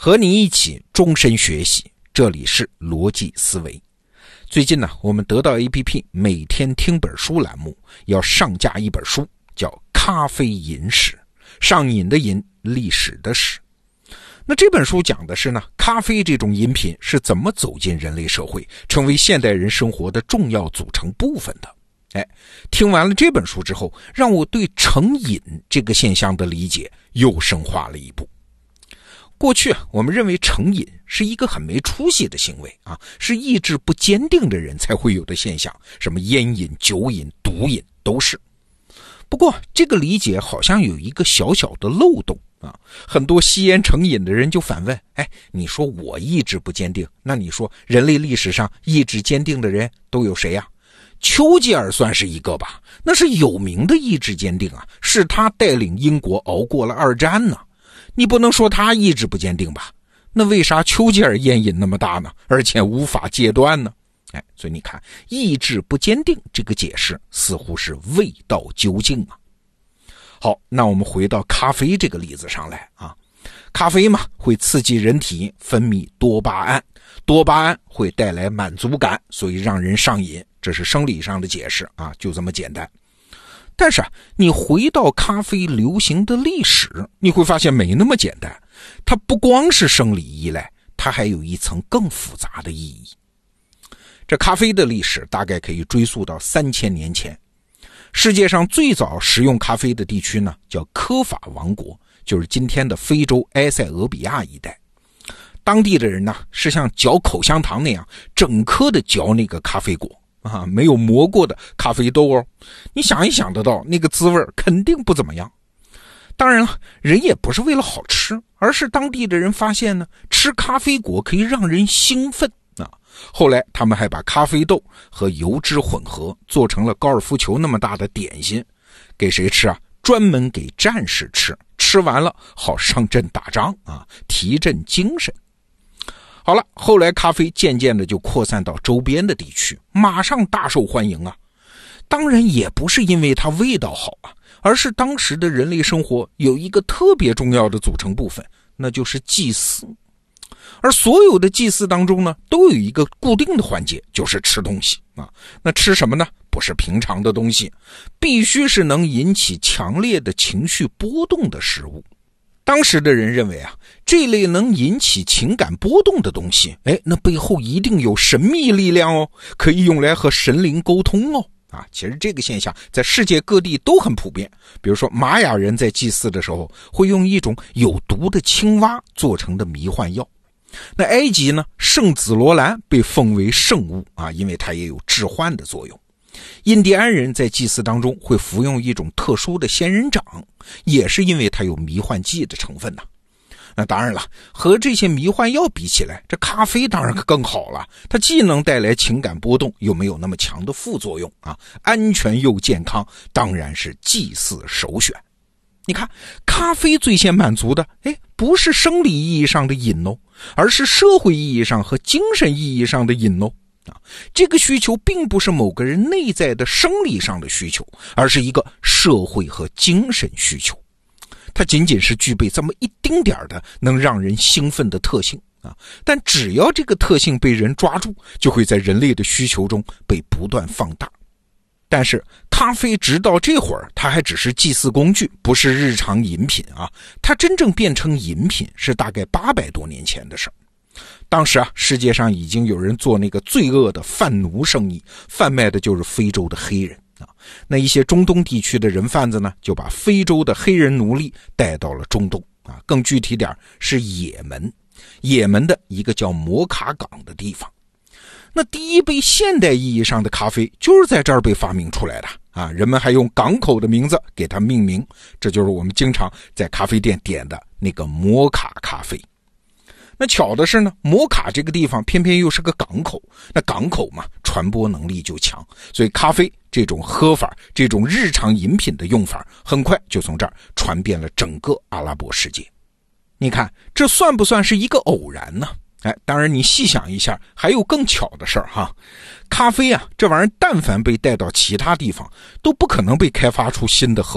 和你一起终身学习，这里是逻辑思维。最近呢，我们得到 APP 每天听本书栏目要上架一本书，叫《咖啡饮史》，上瘾的瘾，历史的史。那这本书讲的是呢，咖啡这种饮品是怎么走进人类社会，成为现代人生活的重要组成部分的。听完了这本书之后，让我对成瘾这个现象的理解又深化了一步。过去我们认为成瘾是一个很没出息的行为是意志不坚定的人才会有的现象，什么烟瘾、酒瘾、毒瘾都是。不过这个理解好像有一个小小的漏洞很多吸烟成瘾的人就反问，你说我意志不坚定，那你说人类历史上意志坚定的人都有谁呀？丘吉尔算是一个吧，那是有名的意志坚定是他带领英国熬过了二战呢。你不能说他意志不坚定吧？那为啥丘吉尔烟瘾那么大呢？而且无法戒断呢？所以你看，意志不坚定这个解释似乎是未到究竟好，那我们回到咖啡这个例子上来咖啡嘛，会刺激人体分泌多巴胺，多巴胺会带来满足感，所以让人上瘾，这是生理上的解释就这么简单。但是你回到咖啡流行的历史，你会发现没那么简单，它不光是生理依赖，它还有一层更复杂的意义。这咖啡的历史大概可以追溯到3000年前，世界上最早食用咖啡的地区呢，叫科法王国，就是今天的非洲埃塞俄比亚一带。当地的人呢，是像嚼口香糖那样整颗的嚼那个咖啡果没有磨过的咖啡豆你想一想得到，那个滋味肯定不怎么样。当然了，人也不是为了好吃，而是当地的人发现呢，吃咖啡果可以让人兴奋后来他们还把咖啡豆和油脂混合，做成了高尔夫球那么大的点心，给谁吃专门给战士吃，吃完了好上阵打仗提振精神。好了，后来咖啡渐渐的就扩散到周边的地区，马上大受欢迎当然也不是因为它味道好而是当时的人类生活有一个特别重要的组成部分，那就是祭祀。而所有的祭祀当中呢，都有一个固定的环节，就是吃东西那吃什么呢？不是平常的东西，必须是能引起强烈的情绪波动的食物。当时的人认为这类能引起情感波动的东西那背后一定有神秘力量可以用来和神灵沟通其实这个现象在世界各地都很普遍。比如说玛雅人在祭祀的时候会用一种有毒的青蛙做成的迷幻药。那埃及呢，圣紫罗兰被奉为圣物因为它也有致幻的作用。印第安人在祭祀当中会服用一种特殊的仙人掌，也是因为它有迷幻剂的成分那当然了，和这些迷幻药比起来，这咖啡当然更好了，它既能带来情感波动，又没有那么强的副作用安全又健康，当然是祭祀首选。你看，咖啡最先满足的不是生理意义上的瘾而是社会意义上和精神意义上的瘾这个需求并不是某个人内在的生理上的需求，而是一个社会和精神需求。它仅仅是具备这么一丁点的能让人兴奋的特性但只要这个特性被人抓住，就会在人类的需求中被不断放大。但是咖啡直到这会儿它还只是祭祀工具，不是日常饮品它真正变成饮品是大概800多年前的事儿。当时世界上已经有人做那个罪恶的贩奴生意，贩卖的就是非洲的黑人那一些中东地区的人贩子呢，就把非洲的黑人奴隶带到了中东更具体点是也门。也门的一个叫摩卡港的地方。那第一杯现代意义上的咖啡就是在这儿被发明出来的人们还用港口的名字给它命名，这就是我们经常在咖啡店点的那个摩卡咖啡。那巧的是呢，摩卡这个地方偏偏又是个港口，那港口嘛，传播能力就强，所以咖啡这种喝法，这种日常饮品的用法，很快就从这儿传遍了整个阿拉伯世界。你看，这算不算是一个偶然呢？当然你细想一下，还有更巧的事儿咖啡这玩意儿但凡被带到其他地方，都不可能被开发出新的喝法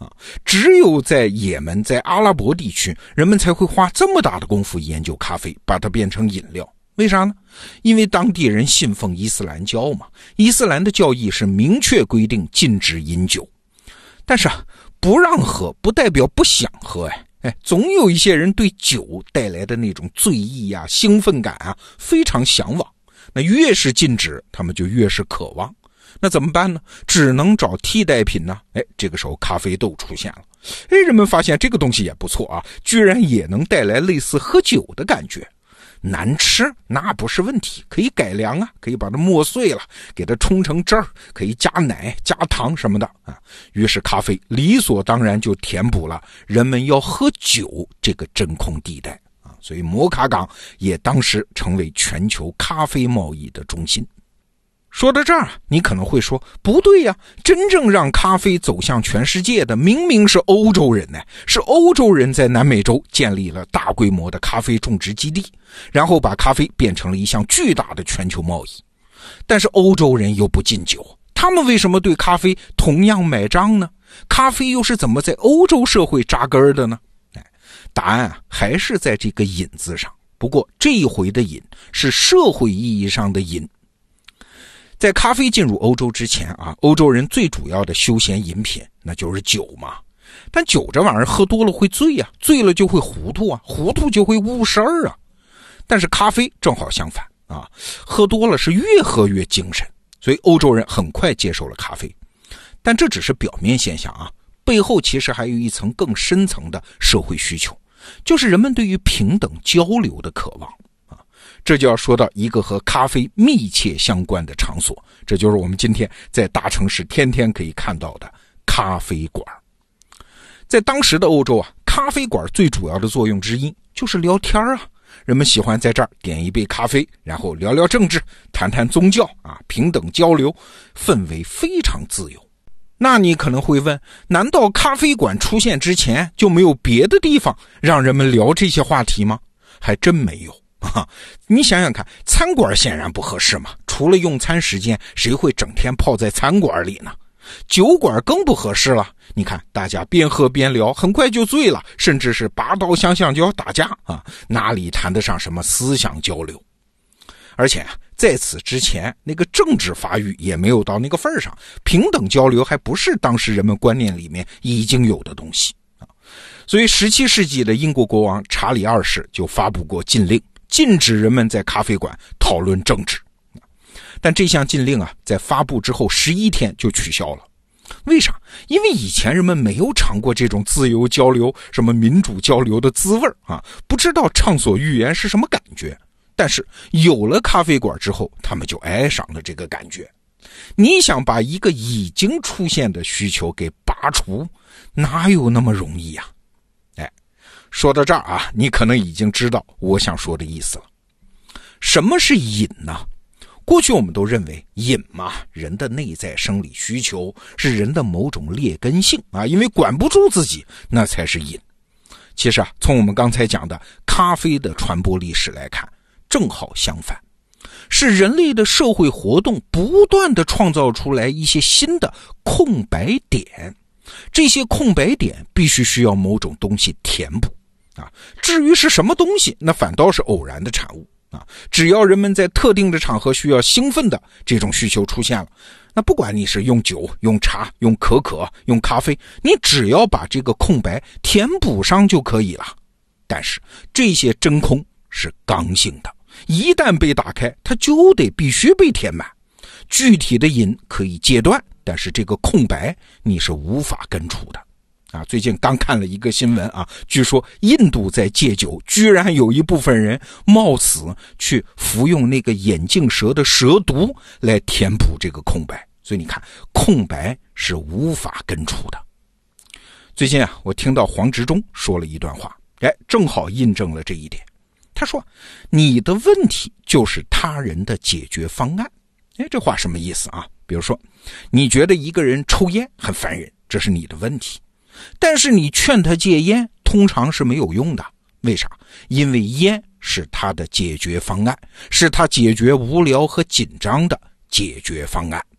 只有在也门，在阿拉伯地区，人们才会花这么大的功夫研究咖啡，把它变成饮料。为啥呢？因为当地人信奉伊斯兰教嘛，伊斯兰的教义是明确规定禁止饮酒。但是不让喝不代表不想喝总有一些人对酒带来的那种醉意啊、兴奋感啊非常向往。那越是禁止，他们就越是渴望。那怎么办呢？只能找替代品呢。这个时候咖啡豆出现了。人们发现这个东西也不错啊，居然也能带来类似喝酒的感觉。难吃那不是问题，可以改良啊，可以把它磨碎了，给它冲成汁儿，可以加奶加糖什么的啊。于是咖啡理所当然就填补了人们要喝酒这个真空地带啊。所以摩卡港也当时成为全球咖啡贸易的中心。说到这儿，你可能会说不对呀，真正让咖啡走向全世界的明明是欧洲人呢，是欧洲人在南美洲建立了大规模的咖啡种植基地，然后把咖啡变成了一项巨大的全球贸易。但是欧洲人又不禁酒，他们为什么对咖啡同样买账呢？咖啡又是怎么在欧洲社会扎根的呢？答案还是在这个饮字上，不过这一回的饮是社会意义上的饮。在咖啡进入欧洲之前欧洲人最主要的休闲饮品那就是酒嘛。但酒这玩意儿喝多了会醉啊，醉了就会糊涂啊，糊涂就会误事儿啊。但是咖啡正好相反喝多了是越喝越精神，所以欧洲人很快接受了咖啡。但这只是表面现象背后其实还有一层更深层的社会需求，就是人们对于平等交流的渴望。这就要说到一个和咖啡密切相关的场所，这就是我们今天在大城市天天可以看到的咖啡馆。在当时的欧洲咖啡馆最主要的作用之一就是聊天人们喜欢在这儿点一杯咖啡，然后聊聊政治，谈谈宗教平等交流，氛围非常自由。那你可能会问，难道咖啡馆出现之前就没有别的地方让人们聊这些话题吗？还真没有。你想想看，餐馆显然不合适嘛，除了用餐时间，谁会整天泡在餐馆里呢？酒馆更不合适了，你看大家边喝边聊，很快就醉了，甚至是拔刀相向就要打架哪里谈得上什么思想交流？而且在此之前，那个政治发育也没有到那个份上，平等交流还不是当时人们观念里面已经有的东西所以17世纪的英国国王查理2世就发布过禁令，禁止人们在咖啡馆讨论政治。但这项禁令在发布之后11天就取消了。为啥？因为以前人们没有尝过这种自由交流、什么民主交流的滋味不知道畅所欲言是什么感觉。但是有了咖啡馆之后，他们就爱上了这个感觉。你想把一个已经出现的需求给拔除，哪有那么容易呀？说到这儿你可能已经知道我想说的意思了。什么是瘾呢？过去我们都认为瘾嘛，人的内在生理需求，是人的某种劣根性因为管不住自己，那才是瘾。其实从我们刚才讲的咖啡的传播历史来看，正好相反，是人类的社会活动不断地创造出来一些新的空白点，这些空白点必须需要某种东西填补至于是什么东西，那反倒是偶然的产物只要人们在特定的场合需要兴奋的这种需求出现了，那不管你是用酒、用茶、用可可、用咖啡，你只要把这个空白填补上就可以了。但是这些真空是刚性的，一旦被打开，它就得必须被填满。具体的瘾可以戒断，但是这个空白你是无法根除的最近刚看了一个新闻据说印度在戒酒，居然有一部分人冒死去服用那个眼镜蛇的蛇毒来填补这个空白。所以你看，空白是无法根除的。最近我听到黄执中说了一段话，正好印证了这一点。他说，你的问题就是他人的解决方案。这话什么意思比如说，你觉得一个人抽烟很烦人，这是你的问题，但是你劝他戒烟通常是没有用的。为啥？因为烟是他的解决方案，是他解决无聊和紧张的解决方案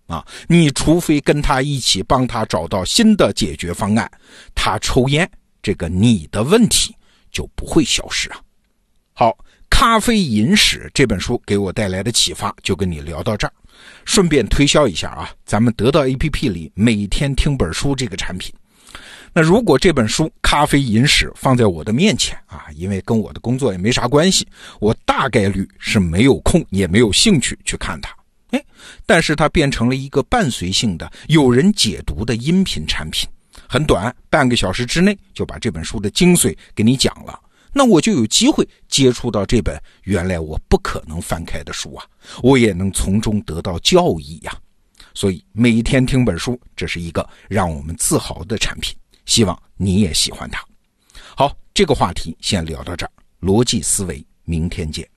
你除非跟他一起帮他找到新的解决方案，他抽烟这个你的问题就不会消失啊。好，咖啡瘾史这本书给我带来的启发就跟你聊到这儿。顺便推销一下咱们得到 APP 里每天听本书这个产品。那如果这本书咖啡瘾史放在我的面前因为跟我的工作也没啥关系，我大概率是没有空也没有兴趣去看它。但是它变成了一个伴随性的有人解读的音频产品，很短，半个小时之内就把这本书的精髓给你讲了。那我就有机会接触到这本原来我不可能翻开的书我也能从中得到教益所以每天听本书，这是一个让我们自豪的产品，希望你也喜欢它。好，这个话题先聊到这儿，逻辑思维，明天见。